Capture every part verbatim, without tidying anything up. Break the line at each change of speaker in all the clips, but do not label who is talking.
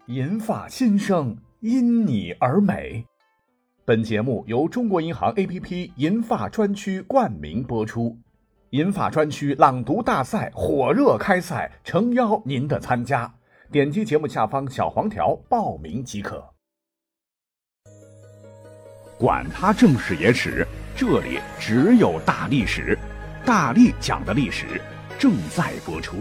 银发新生，因你而美。本节目由中国银行 A P P 银发专区冠名播出。银发专区朗读大赛火热开赛，诚邀您的参加。点击节目下方小黄条报名即可。
管他正史野史，这里只有大历史，大力讲的历史正在播出。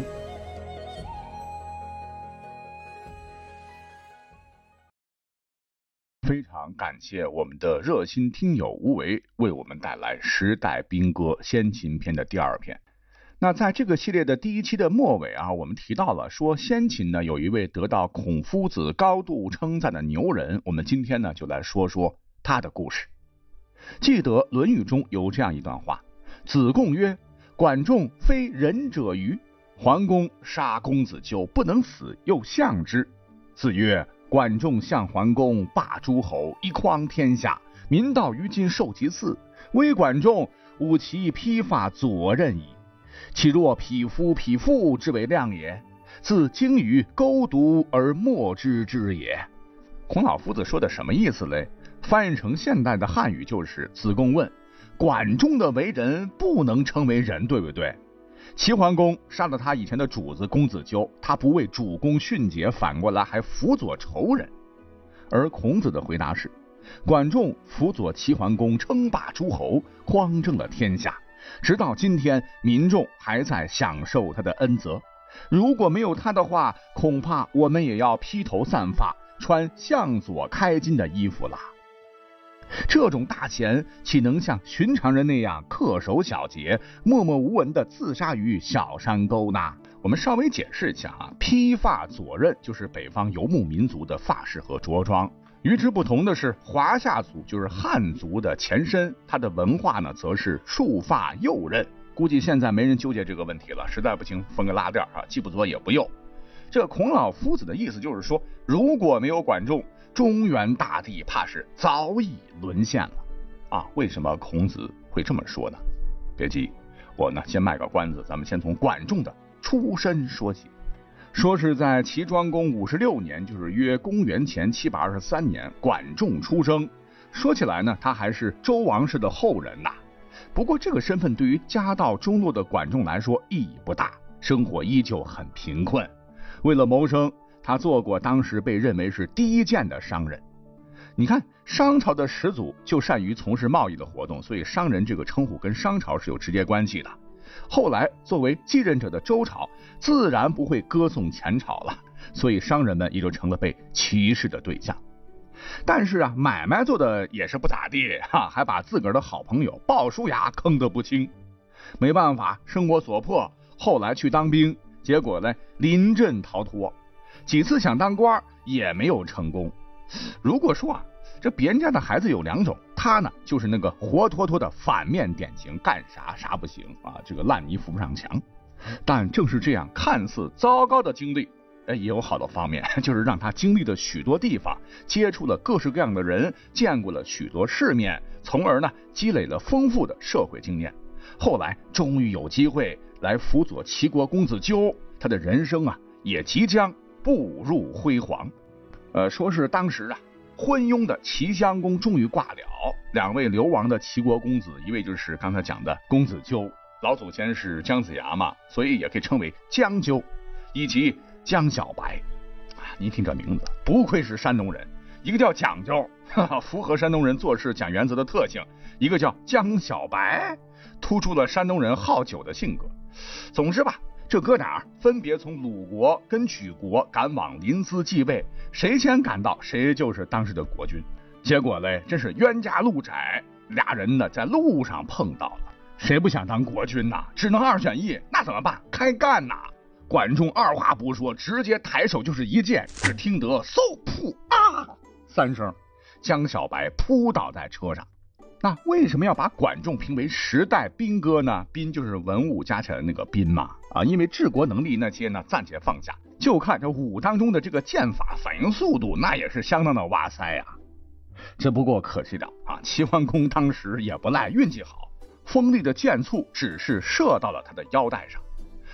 非常感谢我们的热心听友无为为我们带来时代兵歌先秦篇的第二篇。那在这个系列的第一期的末尾啊，我们提到了说先秦呢有一位得到孔夫子高度称赞的牛人，我们今天呢就来说说他的故事。记得《论语》中有这样一段话：子贡曰：管仲非仁者欤？桓公杀公子纠，不能死，又相之。子曰：管仲相桓公，霸诸侯，一匡天下，民道于今受其祀。微管仲，吾其披发左衽矣。其若匹夫匹妇之为量也？自精于钩毒而莫知之也。孔老夫子说的什么意思嘞？翻译成现代的汉语就是：子贡问，管仲的为人不能称为人，对不对？齐桓公杀了他以前的主子公子纠，他不为主公训诫，反过来还辅佐仇人。而孔子的回答是：管仲辅佐齐桓公称霸诸侯，匡正了天下，直到今天民众还在享受他的恩泽。如果没有他的话，恐怕我们也要披头散发，穿向左开襟的衣服了。这种大贤岂能像寻常人那样恪守小节，默默无闻地自杀于小山沟呢？我们稍微解释一下啊，披发左衽就是北方游牧民族的发饰和着装。与之不同的是，华夏族就是汉族的前身，它的文化呢则是束发右衽。估计现在没人纠结这个问题了，实在不行分个拉链啊，既不左也不右。这个孔老夫子的意思就是说，如果没有管仲，中原大地怕是早已沦陷了啊！为什么孔子会这么说呢？别急，我呢先卖个关子，咱们先从管仲的出身说起。说是在齐庄公五十六年，就是约公元前七百二十三年，管仲出生。说起来呢，他还是周王室的后人呐、啊。不过这个身份对于家道中落的管仲来说意义不大，生活依旧很贫困。为了谋生，他做过当时被认为是第一剑的商人。你看，商朝的始祖就善于从事贸易的活动，所以商人这个称呼跟商朝是有直接关系的。后来作为继任者的周朝自然不会歌颂前朝了，所以商人们也就成了被歧视的对象。但是啊，买卖做的也是不咋地哈，还把自个儿的好朋友鲍叔牙坑得不轻。没办法，生活所迫，后来去当兵，结果呢临阵逃脱。几次想当官也没有成功。如果说啊，这别人家的孩子有两种，他呢就是那个活脱脱的反面典型，干啥啥不行啊，这个烂泥扶不上墙。但正是这样看似糟糕的经历，也有好的方面，就是让他经历了许多地方，接触了各式各样的人，见过了许多世面，从而呢积累了丰富的社会经验。后来终于有机会来辅佐齐国公子纠，他的人生啊也即将步入辉煌。呃，说是当时啊，昏庸的齐襄公终于挂了，两位流亡的齐国公子，一位就是刚才讲的公子纠，老祖先是姜子牙嘛，所以也可以称为姜纠，以及姜小白。啊，你听这名字，不愧是山东人，一个叫讲究，哈哈，符合山东人做事讲原则的特性；一个叫姜小白，突出了山东人好酒的性格。总之吧，这哥俩分别从鲁国跟莒国赶往临淄继位，谁先赶到谁就是当时的国君。结果嘞，真是冤家路窄，俩人呢在路上碰到了。谁不想当国君呐？只能二选一，那怎么办？开干呐！管仲二话不说，直接抬手就是一剑，只听得嗖噗啊三声，姜小白扑倒在车上。那为什么要把管仲评为时代兵歌呢？兵就是文武加起来那个兵嘛，啊，因为治国能力那些呢暂且放下，就看这武当中的这个剑法反应速度，那也是相当的哇塞啊。只不过可惜的啊，齐桓公当时也不赖运气好，锋利的剑簇只是射到了他的腰带上。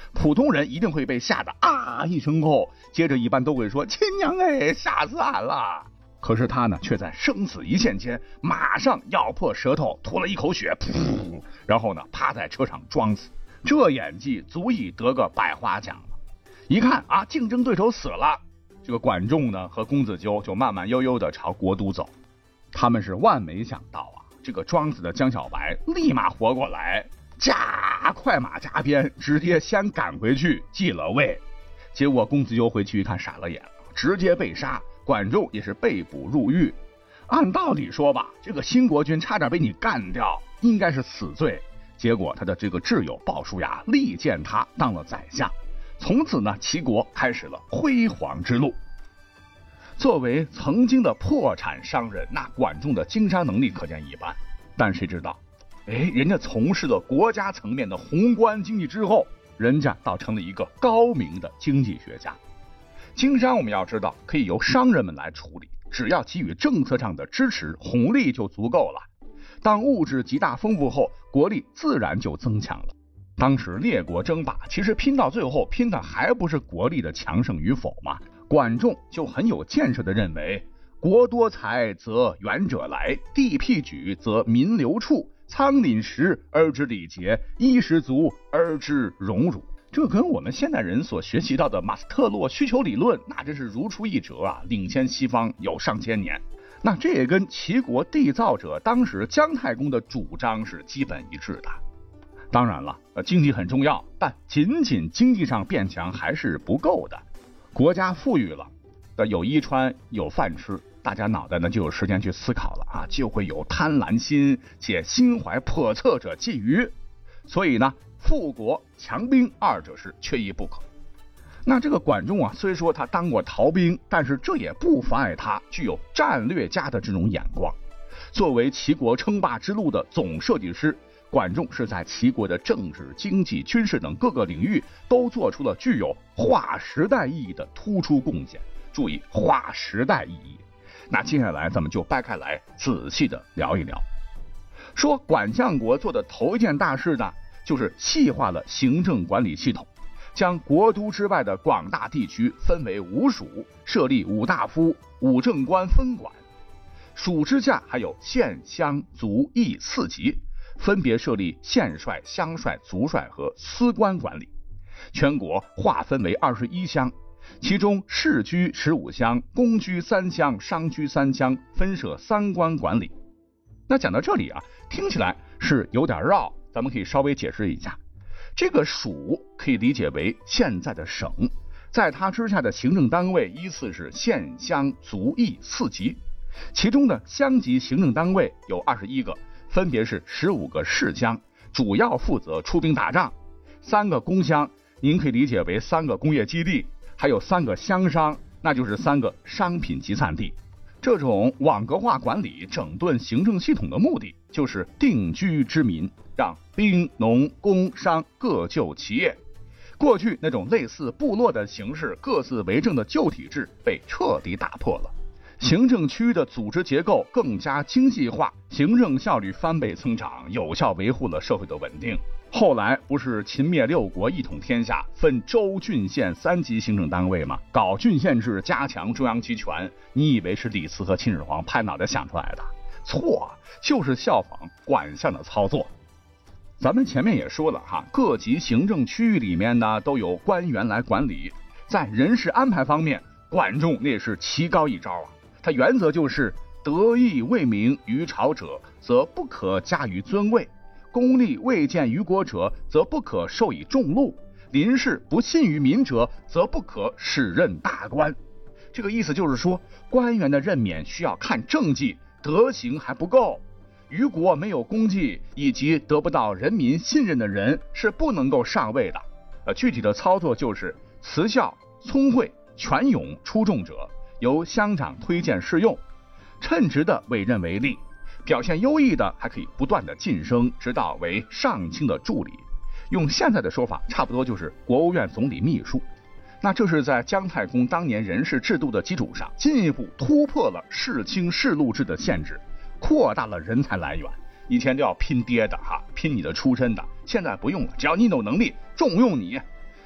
普通人一定会被吓得啊一声后，接着一般都会说亲娘哎，吓死俺了。可是他呢，却在生死一线间，马上咬破舌头，吐了一口血，噗，然后呢，趴在车上装死。这演技足以得个百花奖了。一看啊，竞争对手死了，这个管仲呢和公子纠就慢慢悠悠的朝国都走。他们是万没想到啊，这个装死的江小白立马活过来，驾快马加鞭，直接先赶回去继了位。结果公子纠回去一看，傻了眼了，直接被杀。管仲也是被捕入狱。按道理说吧，这个新国君差点被你干掉，应该是死罪。结果他的这个挚友鲍叔牙力荐他当了宰相，从此呢，齐国开始了辉煌之路。作为曾经的破产商人，那管仲的经商能力可见一斑。但谁知道，哎，人家从事了国家层面的宏观经济之后，人家倒成了一个高明的经济学家。经商我们要知道，可以由商人们来处理，只要给予政策上的支持，红利就足够了。当物质极大丰富后，国力自然就增强了。当时列国争霸，其实拼到最后，拼的还不是国力的强盛与否吗？管仲就很有建设的认为，国多财则远者来，地辟举则民流处，仓廪实而知礼节，衣食足而知荣辱。这跟我们现代人所学习到的马斯特洛需求理论，那真是如出一辙啊，领先西方有上千年。那这也跟齐国缔造者当时姜太公的主张是基本一致的。当然了，经济很重要，但仅仅经济上变强还是不够的。国家富裕了，有衣穿有饭吃，大家脑袋呢就有时间去思考了啊，就会有贪婪心且心怀叵测者觊觎。所以呢，富国强兵二者是缺一不可。那这个管仲啊，虽说他当过逃兵，但是这也不妨碍他具有战略家的这种眼光。作为齐国称霸之路的总设计师，管仲是在齐国的政治、经济、军事等各个领域都做出了具有划时代意义的突出贡献。注意，划时代意义。那接下来咱们就掰开来仔细的聊一聊。说管相国做的头一件大事呢，就是细化了行政管理系统，将国都之外的广大地区分为五属，设立五大夫、五政官分管。属之下还有县、乡、族、邑四级，分别设立县帅、乡帅、族帅和司官管理。全国划分为二十一乡，其中市居十五乡，公居三乡，商居三乡，分设三官管理。那讲到这里啊，听起来是有点绕，咱们可以稍微解释一下。这个属可以理解为现在的省，在它之下的行政单位依次是县、乡、族、邑四级，其中的乡级行政单位有二十一个，分别是十五个市乡，主要负责出兵打仗；三个工乡，您可以理解为三个工业基地；还有三个乡商，那就是三个商品集散地。这种网格化管理整顿行政系统的目的，就是定居之民，让兵、农、工、商各就其业。过去那种类似部落的形式，各自为政的旧体制被彻底打破了。行政区的组织结构更加精细化，行政效率翻倍增长，有效维护了社会的稳定。后来不是秦灭六国一统天下，分州郡县三级行政单位吗？搞郡县制，加强中央集权。你以为是李斯和秦始皇拍脑袋想出来的？错，就是效仿管相的操作。咱们前面也说了哈，各级行政区域里面呢都有官员来管理。在人事安排方面，管仲那是棋高一招啊。他原则就是得意为民于朝者，则不可加于尊位；功利未见于国者，则不可授以重禄；临事不信于民者，则不可使任大官。这个意思就是说，官员的任免需要看政绩，德行还不够。于国没有功绩以及得不到人民信任的人是不能够上位的。呃，具体的操作就是慈孝、聪慧、权勇出众者，由乡长推荐试用，称职的委任为吏，表现优异的还可以不断的晋升，直到为上卿的助理。用现在的说法，差不多就是国务院总理秘书。那这是在姜太公当年人事制度的基础上，进一步突破了世卿世禄制的限制，扩大了人才来源。以前都要拼爹的哈，拼你的出身的，现在不用了，只要你有能力，重用你。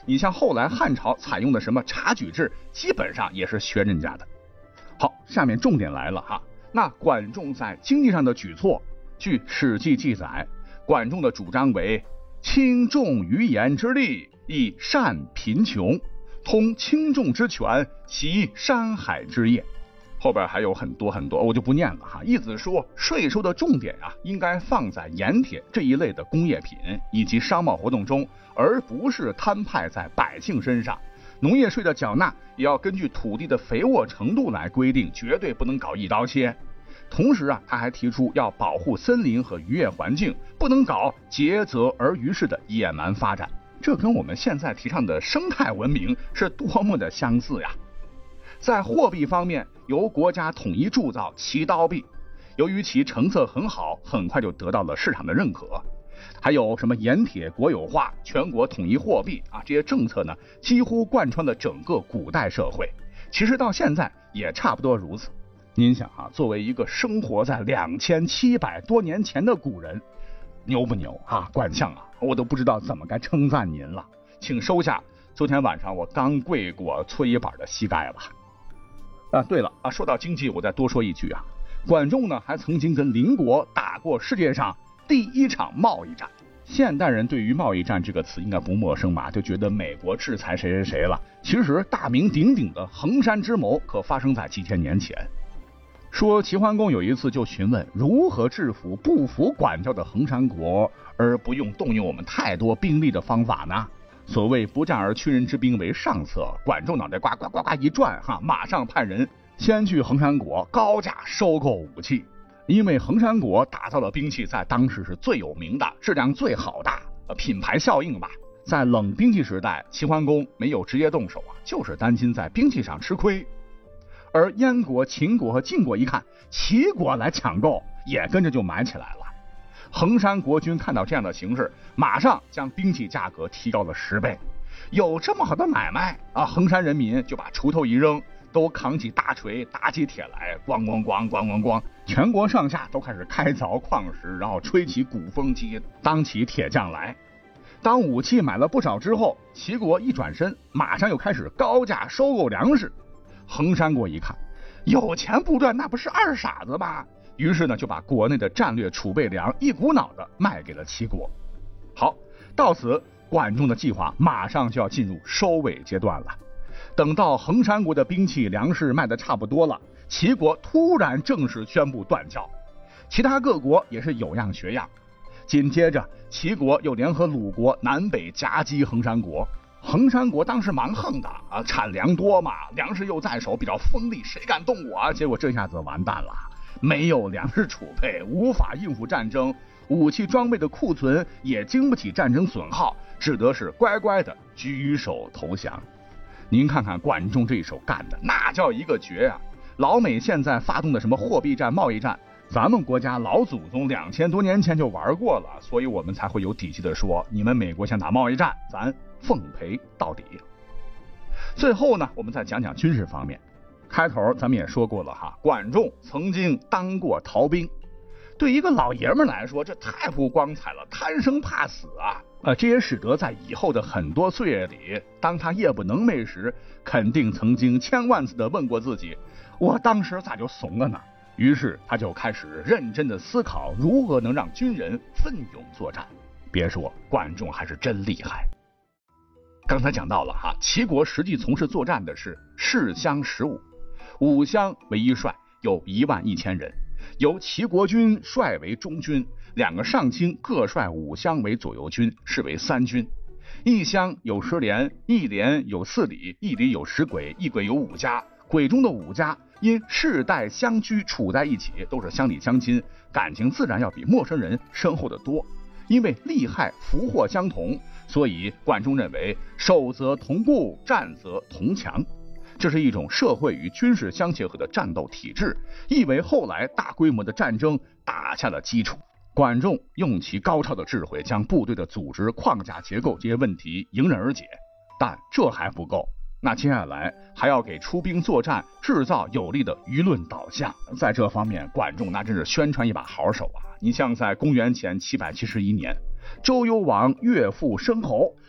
你像后来汉朝采用的什么察举制，基本上也是学人家的。好，下面重点来了哈。那管仲在经济上的举措，据《史记》记载，管仲的主张为轻重于言之力，以善贫穷，通轻重之权，习山海之业。后边还有很多很多，我就不念了哈。意思说，税收的重点啊，应该放在盐铁这一类的工业品以及商贸活动中，而不是摊派在百姓身上。农业税的缴纳也要根据土地的肥沃程度来规定，绝对不能搞一刀切。同时啊，他还提出要保护森林和渔业环境，不能搞竭泽而渔式的野蛮发展。这跟我们现在提倡的生态文明是多么的相似呀！在货币方面，由国家统一铸造奇刀币，由于其成色很好，很快就得到了市场的认可。还有什么盐铁国有化、全国统一货币啊，这些政策呢，几乎贯穿了整个古代社会。其实到现在也差不多如此。您想啊，作为一个生活在两千七百多年前的古人，牛不牛啊？管相啊，我都不知道怎么该称赞您了，请收下昨天晚上我刚跪过搓衣板的膝盖了。啊，对了啊，说到经济，我再多说一句啊，管仲呢还曾经跟邻国打过世界上第一场贸易战。现代人对于贸易战这个词应该不陌生吧，就觉得美国制裁谁谁谁了。其实大名鼎鼎的衡山之谋可发生在几千年前。说齐桓公有一次就询问如何制服不服管教的衡山国，而不用动用我们太多兵力的方法呢？所谓不战而屈人之兵为上策，管仲脑袋呱呱呱呱一转哈，马上派人先去衡山国高价收购武器。因为衡山国打造的兵器在当时是最有名的，质量最好的，品牌效应吧。在冷兵器时代，齐桓公没有直接动手啊，就是担心在兵器上吃亏。而燕国、秦国和晋国一看齐国来抢购，也跟着就买起来了。衡山国君看到这样的形势，马上将兵器价格提高了十倍。有这么好的买卖啊，衡山人民就把锄头一扔，都扛起大锤打起铁来，咣咣咣咣咣咣，全国上下都开始开凿矿石，然后吹起鼓风机，当起铁匠来。当武器买了不少之后，齐国一转身，马上又开始高价收购粮食。衡山国一看，有钱不赚，那不是二傻子吗？于是呢，就把国内的战略储备粮一股脑的卖给了齐国。好，到此管仲的计划马上就要进入收尾阶段了。等到衡山国的兵器粮食卖的差不多了，齐国突然正式宣布断交，其他各国也是有样学样。紧接着齐国又联合鲁国南北夹击衡山国。衡山国当时蛮横的啊，产粮多嘛，粮食又在手，比较锋利，谁敢动我啊？结果这下子完蛋了，没有粮食储备，无法应付战争，武器装备的库存也经不起战争损耗，只得是乖乖的举手投降。您看看管仲这一手干的那叫一个绝啊！老美现在发动的什么货币战、贸易战，咱们国家老祖宗两千多年前就玩过了，所以我们才会有底气的说，你们美国想打贸易战，咱奉陪到底。最后呢，我们再讲讲军事方面。开头咱们也说过了哈，管仲曾经当过逃兵，对一个老爷们来说，这太不光彩了，贪生怕死啊！呃，这也使得在以后的很多岁月里，当他夜不能寐时，肯定曾经千万次的问过自己，我当时咋就怂了呢？于是他就开始认真的思考如何能让军人奋勇作战。别说，管仲还是真厉害。刚才讲到了哈，齐国实际从事作战的是士乡十五，五乡为一帅，有一万一千人，由齐国军率为中军，两个上卿各率五乡为左右军，是为三军。一乡有十连，一连有四里，一里有十轨，一轨有五家，轨中的五家因世代相居处在一起，都是乡里乡亲，感情自然要比陌生人深厚得多。因为利害福祸相同，所以管仲认为守则同步，战则同强，这是一种社会与军事相结合的战斗体制，亦为后来大规模的战争打下了基础。管仲用其高超的智慧，将部队的组织、框架结构这些问题迎刃而解。但这还不够，那接下来还要给出兵作战制造有利的舆论导向。在这方面，管仲那真是宣传一把好手啊！你像在公元前七百七十一年，周幽王岳父申侯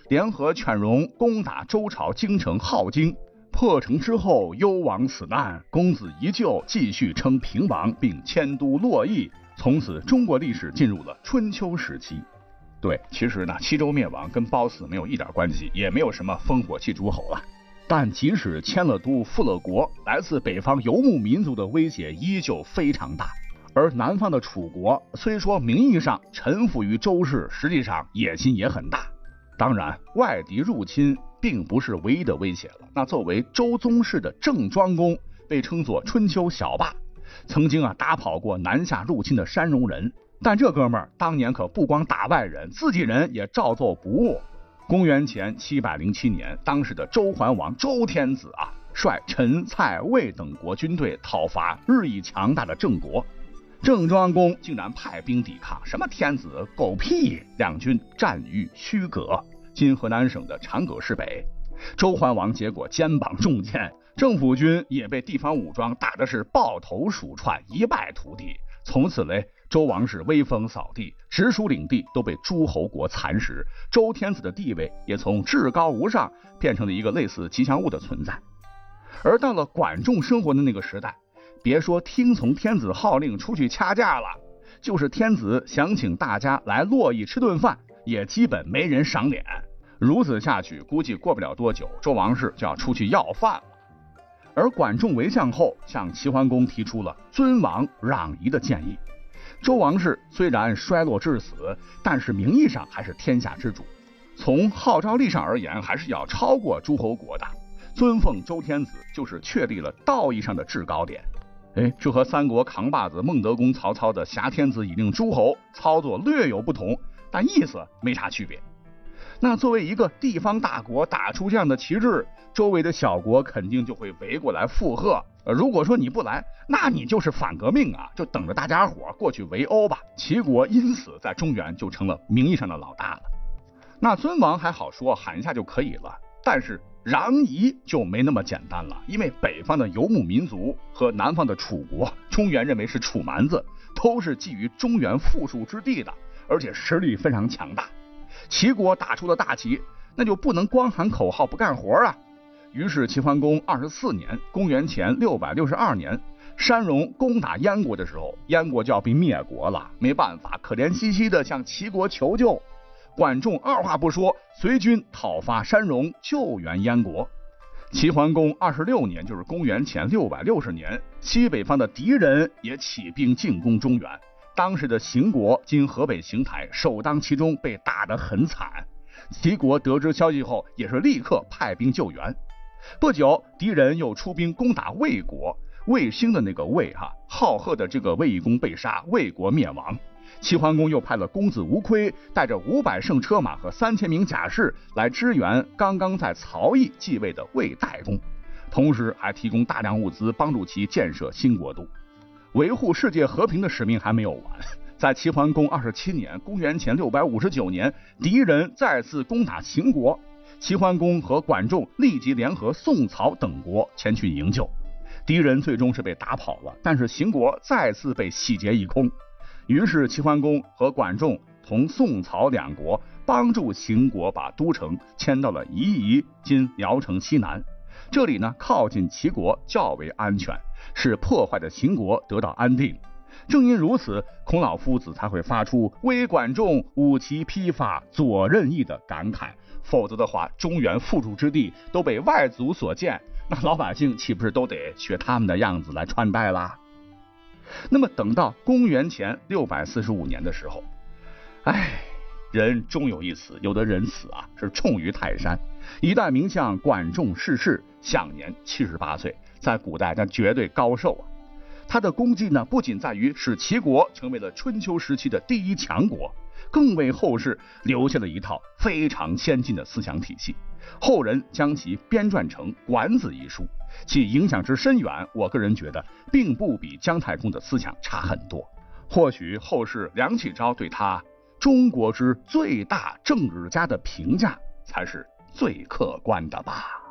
联合犬戎攻打周朝京城镐京，破城之后忧亡死难，公子仪就继续称平王，并迁都洛邑。从此中国历史进入了春秋时期。对，其实呢，西周灭亡跟褒姒没有一点关系，也没有什么烽火戏诸侯了。但即使迁了都复了国，来自北方游牧民族的威胁依旧非常大。而南方的楚国虽说名义上臣服于周氏，实际上野心也很大。当然，外敌入侵并不是唯一的威胁了。那作为周宗室的郑庄公，被称作春秋小霸，曾经啊打跑过南下入侵的山戎人。但这哥们儿当年可不光打外人，自己人也照做不误。公元前七百零七年，当时的周桓王周天子啊，率陈、蔡、魏等国军队讨伐日益强大的郑国。郑庄公竟然派兵抵抗，什么天子狗屁！两军战于虚葛，今河南省的长葛市北。周桓王结果肩膀中箭，政府军也被地方武装打的是抱头鼠窜，一败涂地。从此嘞，周王室威风扫地，直属领地都被诸侯国蚕食，周天子的地位也从至高无上变成了一个类似吉祥物的存在。而到了管仲生活的那个时代，别说听从天子号令出去掐架了，就是天子想请大家来洛邑吃顿饭，也基本没人赏脸。如此下去，估计过不了多久，周王室就要出去要饭了。而管仲为相后，向齐桓公提出了尊王攘夷的建议。周王室虽然衰落至死，但是名义上还是天下之主，从号召力上而言，还是要超过诸侯国的。尊奉周天子就是确立了道义上的制高点。哎，这和三国扛把子孟德公曹操的挟天子以令诸侯操作略有不同，但意思没啥区别。那作为一个地方大国，打出这样的旗帜，周围的小国肯定就会围过来附和。呃，如果说你不来，那你就是反革命啊，就等着大家伙过去围殴吧。齐国因此在中原就成了名义上的老大了。那尊王还好说，喊一下就可以了，但是攘夷就没那么简单了，因为北方的游牧民族和南方的楚国，中原认为是楚蛮子，都是觊觎中原富庶之地的，而且实力非常强大。齐国打出了大旗，那就不能光喊口号不干活啊。于是齐桓公二十四年，公元前六百六十二年，山戎攻打燕国的时候，燕国就要被灭国了，没办法，可怜兮兮的向齐国求救。管仲二话不说，随军讨伐山戎，救援燕国。齐桓公二十六年，就是公元前六百六十年，西北方的敌人也起兵进攻中原。当时的邢国，今河北邢台，首当其冲，被打得很惨。齐国得知消息后，也是立刻派兵救援。不久，敌人又出兵攻打魏国，卫星的那个魏哈，浩赫的这个卫懿公被杀，魏国灭亡。齐桓公又派了公子无亏，带着五百乘车马和三千名甲士来支援刚刚在曹邑继位的魏代公，同时还提供大量物资，帮助其建设新国都。维护世界和平的使命还没有完，在齐桓公二十七年，公元前六百五十九年，敌人再次攻打秦国，齐桓公和管仲立即联合宋、曹等国前去营救。敌人最终是被打跑了，但是秦国再次被洗劫一空。于是齐桓公和管仲同宋、曹两国帮助秦国把都城迁到了夷夷，今聊城西南。这里呢，靠近齐国，较为安全，使破坏的秦国得到安定。正因如此，孔老夫子才会发出微管仲，五其披发，左任意的感慨。否则的话，中原富庶之地都被外族所建，那老百姓岂不是都得学他们的样子来穿戴啦？那么等到公元前六百四十五年的时候，唉，人终有一死，有的人死啊是冲于泰山。一代名将管仲逝世，享年七十八岁，在古代那绝对高寿啊。他的功绩呢，不仅在于使齐国成为了春秋时期的第一强国，更为后世留下了一套非常先进的思想体系。后人将其编撰成《管子》一书，其影响之深远，我个人觉得并不比姜太公的思想差很多。或许后世梁启超对他中国之最大政治家的评价才是最客观的吧。